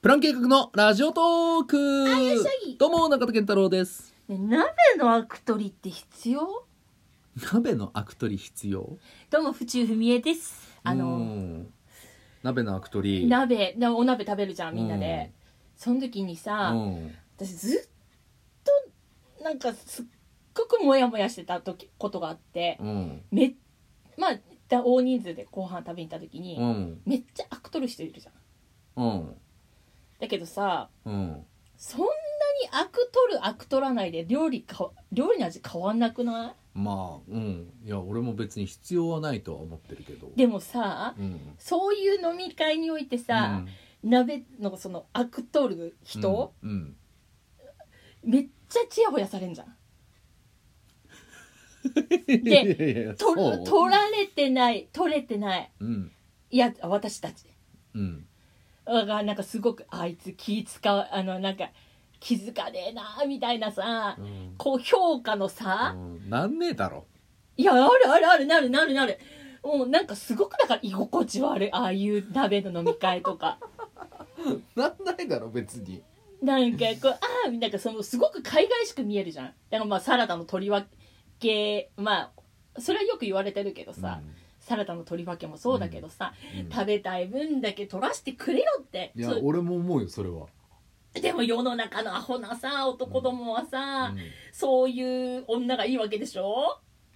プラン計画のラジオトーク。 いらっしゃい。 どうも中田健太郎です。 ね、鍋のアク取りって必要？ 鍋のアク取り必要？ どうも府中文江です。 鍋のアク取り、 お鍋食べるじゃんみんなで。その時にさ、私ずっとなんかすっごくモヤモヤしてたことがあって、まあ大人数でご飯食べに行った時に、めっちゃアク取る人いるじゃん。だけどさ、そんなにアク取るアク取らないで料理の味変わんなくない？ いや俺も別に必要はないとは思ってるけど、 でもさ、そういう飲み会においてさ、鍋のそのアク取る人、めっちゃチヤホヤされんじゃん。で取られてない取れてない、いや私たち、なんかすごくあいつ気使うなんか気づかねえなみたいなさ、こう評価のさ、 なんねえだろ。 いやあるなるもうなんかすごくだから居心地悪い、ああいう鍋の飲み会とかなんないだろ別に。 なんかこうなんかそのすごく海外しく見えるじゃん。だからまあサラダの取り分け、まあそれはよく言われてるけどさ、サラダの取り分けもそうだけどさ、食べたい分だけ取らせてくれよって。 いや俺も思うよそれは。 でも世の中のアホなさ男どもはさ、そういう女がいいわけでしょ。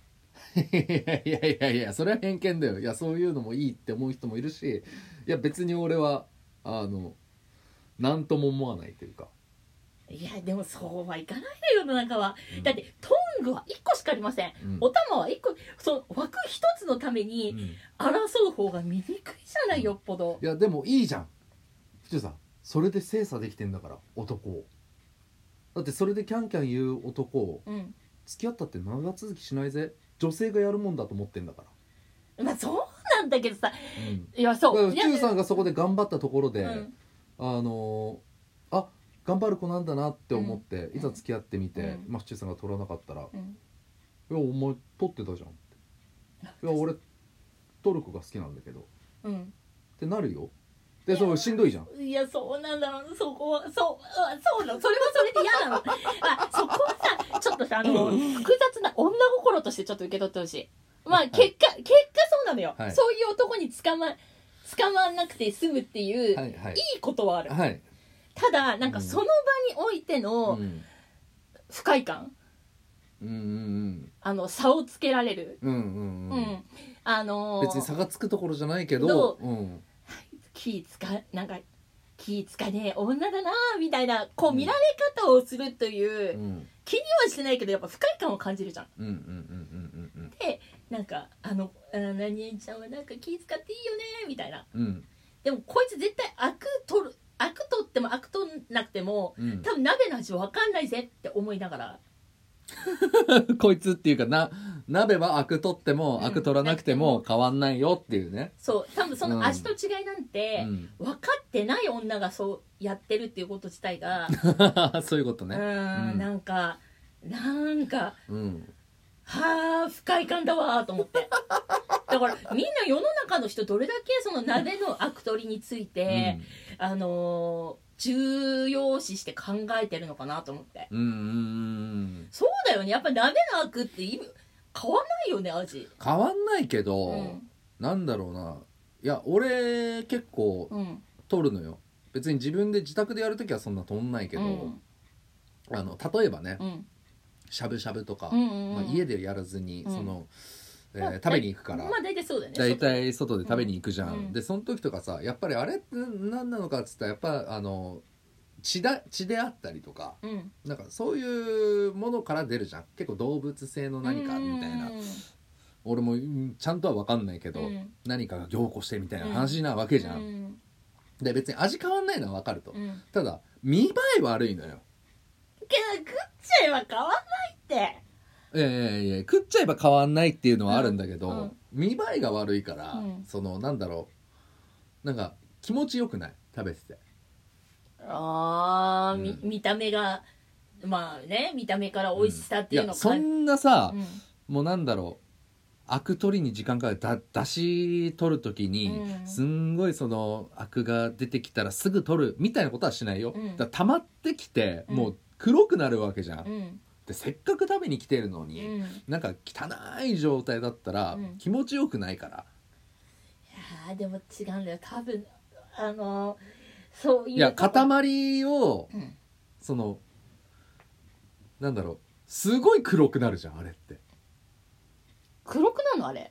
いやそれは偏見だよ。いやそういうのもいいって思う人もいるし、いや別に俺はなんとも思わないというか。 いやでもそうはいかないよ世の中は、だってトングは1個しかありません、お玉は1個、そう枠一つのために争う方が見にくいじゃない、よっぽど。 いやでもいいじゃん府中さん、それで精査できてんだから男を。だってそれでキャンキャン言う男を、付き合ったって長続きしないぜ。女性がやるもんだと思ってんだから。 まあそうなんだけどさ、いやそう府中さんがそこで頑張ったところで、頑張る子なんだなって思って、いざ付き合ってみて、府中さんが取らなかったら、いやお前取ってたじゃんって、いや俺取る子が好きなんだけど、ってなるよ。でそうしんどいじゃん。 いやそうなんだろう、そこはそうなの、それはそれで嫌なのそこはさちょっとさ複雑な女心としてちょっと受け取ってほしい。まあ結果そうなのよ、そういう男に捕まんなくて済むっていう、いいことはある、ただなんかその場においての不快感、差をつけられる、 別に差がつくところじゃないけど、 気使ねえ女だなみたいなこう見られ方をするという、気にはしてないけどやっぱ不快感を感じるじゃん。でなんか何々ちゃんはなんか気使っていいよねみたいな、でもこいつ絶対アク取ってもアク取んなくても、多分鍋の味分かんないぜって思いながらこいつっていうか鍋はアク取ってもアク取らなくても変わんないよっていうね。 そう多分その味の違いなんて、分かってない女がそうやってるっていうこと自体がそういうことね。 なんか不快感だわと思ってだからみんな世の中の人どれだけその鍋のアク取りについて、重要視して考えてるのかなと思って。そうだよね、やっぱり鍋のアクって変わんないよね、味変わんないけど、なんだろうな、いや俺結構取るのよ。別に自分で自宅でやるときはそんな取んないけど、例えばね、しゃぶしゃぶとか、家でやらずに食べに行くから、 大体そうだよね、 大体外で食べに行くじゃん。でその時とかさ、やっぱりあれって何なのかっつったら、やっぱ血であったりとか、なんかそういうものから出るじゃん。結構動物性の何かみたいな、俺もちゃんとは分かんないけど、何かが凝固してみたいな話なわけじゃん。で別に味変わんないのは分かると、ただ見栄え悪いのよ。 食っちゃえば変わんないって。 いや食っちゃえば変わんないっていうのはあるんだけど、見栄えが悪いから、なんだろう、なんか気持ちよくない、食べてて。 見た目がまあね、見た目から美味しさっていうのそんなさ、もうなんだろアク取りに時間かかる出し取る時に、すんごいそのアクが出てきたらすぐ取るみたいなことはしないよ、だ溜まってきてもう黒くなるわけじゃん、でせっかく食べに来てるのに、なんか汚い状態だったら気持ちよくないから、 いやでも違うんだよ多分そういう、 いや塊を、そのなんだろう、すごい黒くなるじゃんあれって。 黒くなるのあれ。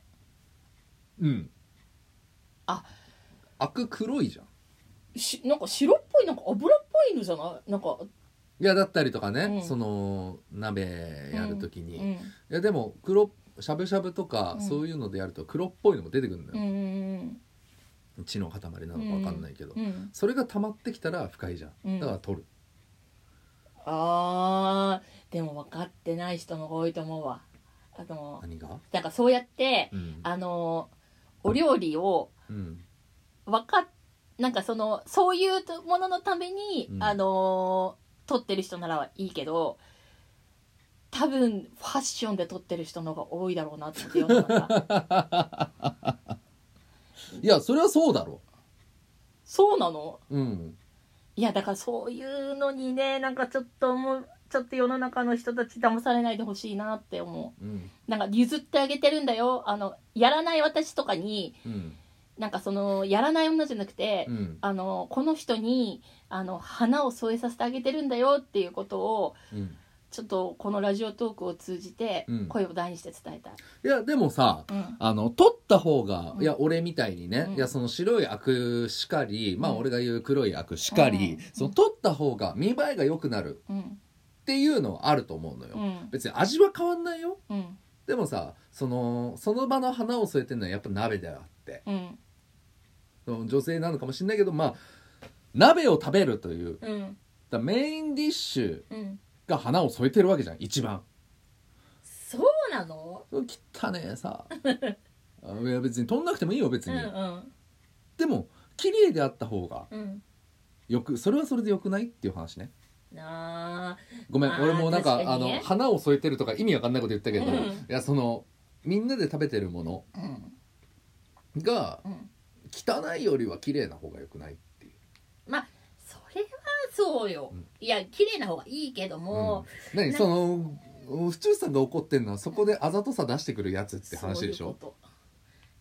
アク黒いじゃん。なんか白っぽい、なんか油っぽいのじゃない？なんかいやだったりとかね、その鍋やるときに、いやでもしゃぶしゃぶとか、そういうのでやると黒っぽいのも出てくるんだよ、血の塊なのか分かんないけど、それが溜まってきたら不快じゃん、だから取る。 でも分かってない人の方が多いと思うわ。 何が？ なんかそうやって、お料理をなんかそういうもののために、撮ってる人ならいいけど、多分ファッションで撮ってる人の方が多いだろうなって世の中いやそれはそうだろ。 そうなの？いやだからそういうのにね、なんかちょっと世の中の人たち騙されないでほしいなって思う、なんか譲ってあげてるんだよ、やらない私とかに、なんかやらない女じゃなくて、この人に花を添えさせてあげてるんだよっていうことを、ちょっとこのラジオトークを通じて声を大にして伝えたい。 いやでもさ、取った方が、いや俺みたいにね、いやその白いアクしかり、まあ俺が言う黒いアクしかり、その取った方が見栄えが良くなるっていうのはあると思うのよ、別に味は変わんないよ、でもさその場の花を添えてるのはやっぱ鍋であって、女性なのかもしれないけど、まあ鍋を食べるという、だメインディッシュが花を添えてるわけじゃん一番。 そうなの？ 汚ねえさいや別に取んなくてもいいよ別に、でも綺麗であった方がそれはそれでよくないっていう話ね。ごめん俺もなんか花を添えてるとか意味わかんないこと言ったけど、いやみんなで食べてるものが、汚いよりは綺麗な方がよくないっていう。 まあそれはそうよ、いや綺麗な方がいいけども、 何府中さんが怒ってんのはそこであざとさ出してくるやつって話でしょ。 そういうこと。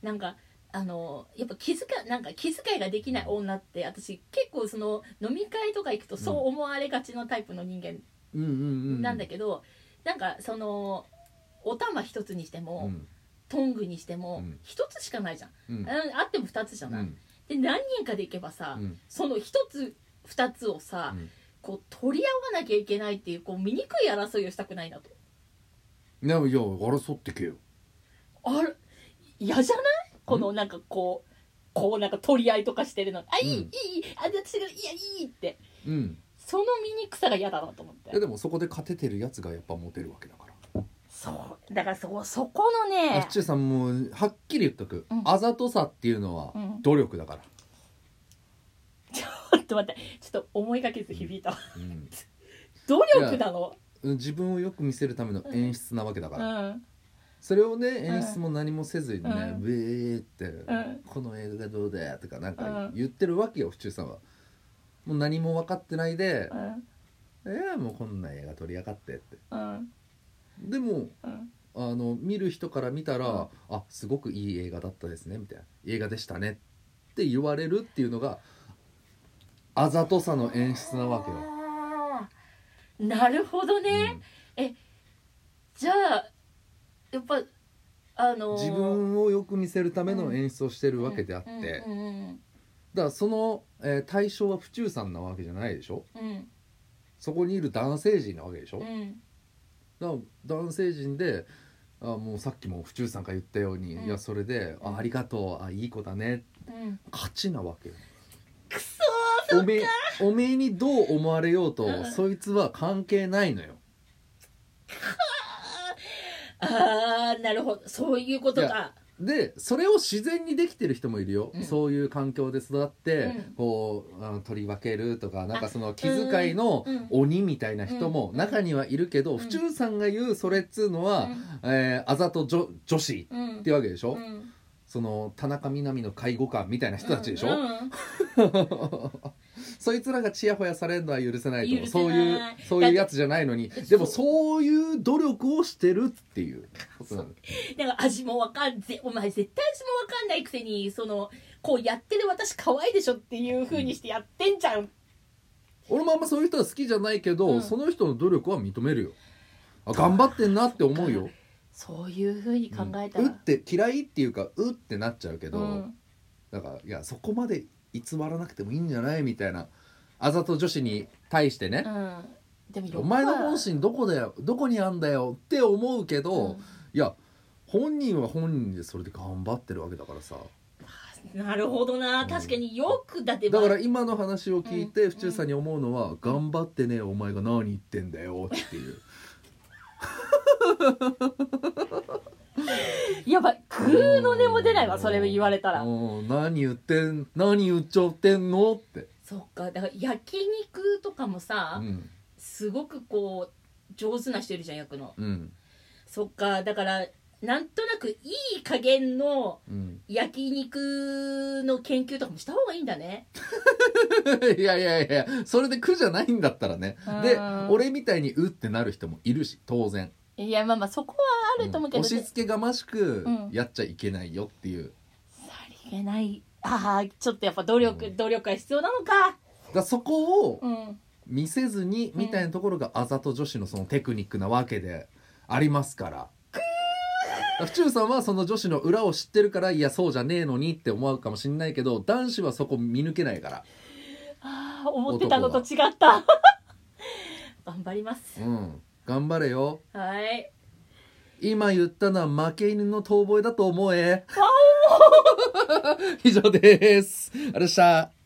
なんかやっぱ気遣いができない女って私結構飲み会とか行くとそう思われがちのタイプの人間なんだけど、なんかお玉一つにしても、トングにしても一つしかないじゃん、あっても二つじゃない、で何人かで行けばさ、その一つ二つをさ、こう取り合わなきゃいけないっていう、こう醜い争いをしたくないなと。 いや争ってけよ。 嫌じゃない？このなんかこうなんか取り合いとかしてるの、いい私がいいって、その醜さが嫌だなと思って。 でもそこで勝ててるやつがやっぱモテるわけだから。 そうだからそこのね、 府中さんもうはっきり言っとく、あざとさっていうのは努力だから、 ちょっと待って、ちょっと思いがけず響いた、努力なの？ 自分をよく見せるための演出なわけだから、それをね演出も何もせずにね、ブーって、この映画がどうだとかなんか言ってるわけよ府中さんは。もう何も分かってないで、もうこんな映画撮りやがってって、でも、見る人から見たら、すごくいい映画だったですねみたいな、映画でしたねって言われるっていうのがあざとさの演出なわけよ。 なるほどね、じゃあやっぱ自分をよく見せるための演出をしてるわけであって、だからその、対象は府中さんなわけじゃないでしょ、そこにいる男性陣なわけでしょ、だから男性陣でもうさっきも府中さんが言ったように、いやそれでありがとう、いい子だね、勝ちなわけよ。 くそー、 おめえにどう思われようと、そいつは関係ないのよ。 なるほど、そういうことか。 でそれを自然にできてる人もいるよ、そういう環境で育って、こう取り分けるとかなんかその気遣いの鬼みたいな人も中にはいるけど、府中さんが言うそれっつうのは、あざと女子ってわけでしょ、その田中みな実の介護官みたいな人たちでしょ、そいつらがチヤホヤされるのは許せないと、そういうやつじゃないのに、でもそういう努力をしてるっていうことなんだ。 だから味もわかんお前絶対味もわかんないくせにこうやってる私可愛いでしょっていう風にしてやってんじゃん、 俺もあんまそういう人は好きじゃないけど、その人の努力は認めるよ。頑張ってんなって思うよ。 そういう風に考えたら、 って嫌いっていうかってなっちゃうけど、だからいやそこまで偽らなくてもいいんじゃないみたいな、あざと女子に対してね、 でもお前の本心どこにあんだよって思うけど、いや本人は本人でそれで頑張ってるわけだからさ。 なるほどな、確かによくだから今の話を聞いて、府中さんに思うのは、頑張ってねお前が何言ってんだよっていうやばい、グーの音も出ないわ、それ言われたら。 何言っちゃってんのって。 そっか、だから焼肉とかもさ、すごくこう上手な人いるじゃん、焼くの。そっか、だからなんとなくいい加減の焼肉の研究とかもした方がいいんだね。 いやそれで苦じゃないんだったらね。で俺みたいにってなる人もいるし、当然。 いやまあそこはあると思うけど、 押し付けがましくやっちゃいけないよっていう、 さりげない、ちょっとやっぱ努力が必要なのか。 そこを見せずにみたいなところがあざと女子のそのテクニックなわけでありますから。府中さんはその女子の裏を知ってるから、いやそうじゃねえのにって思うかもしれないけど、男子はそこ見抜けないから。 思ってたのと違った頑張ります。 頑張れよ。 はい。 今言ったのは負け犬の遠吠えだと思え。以上です。ありがとうございました。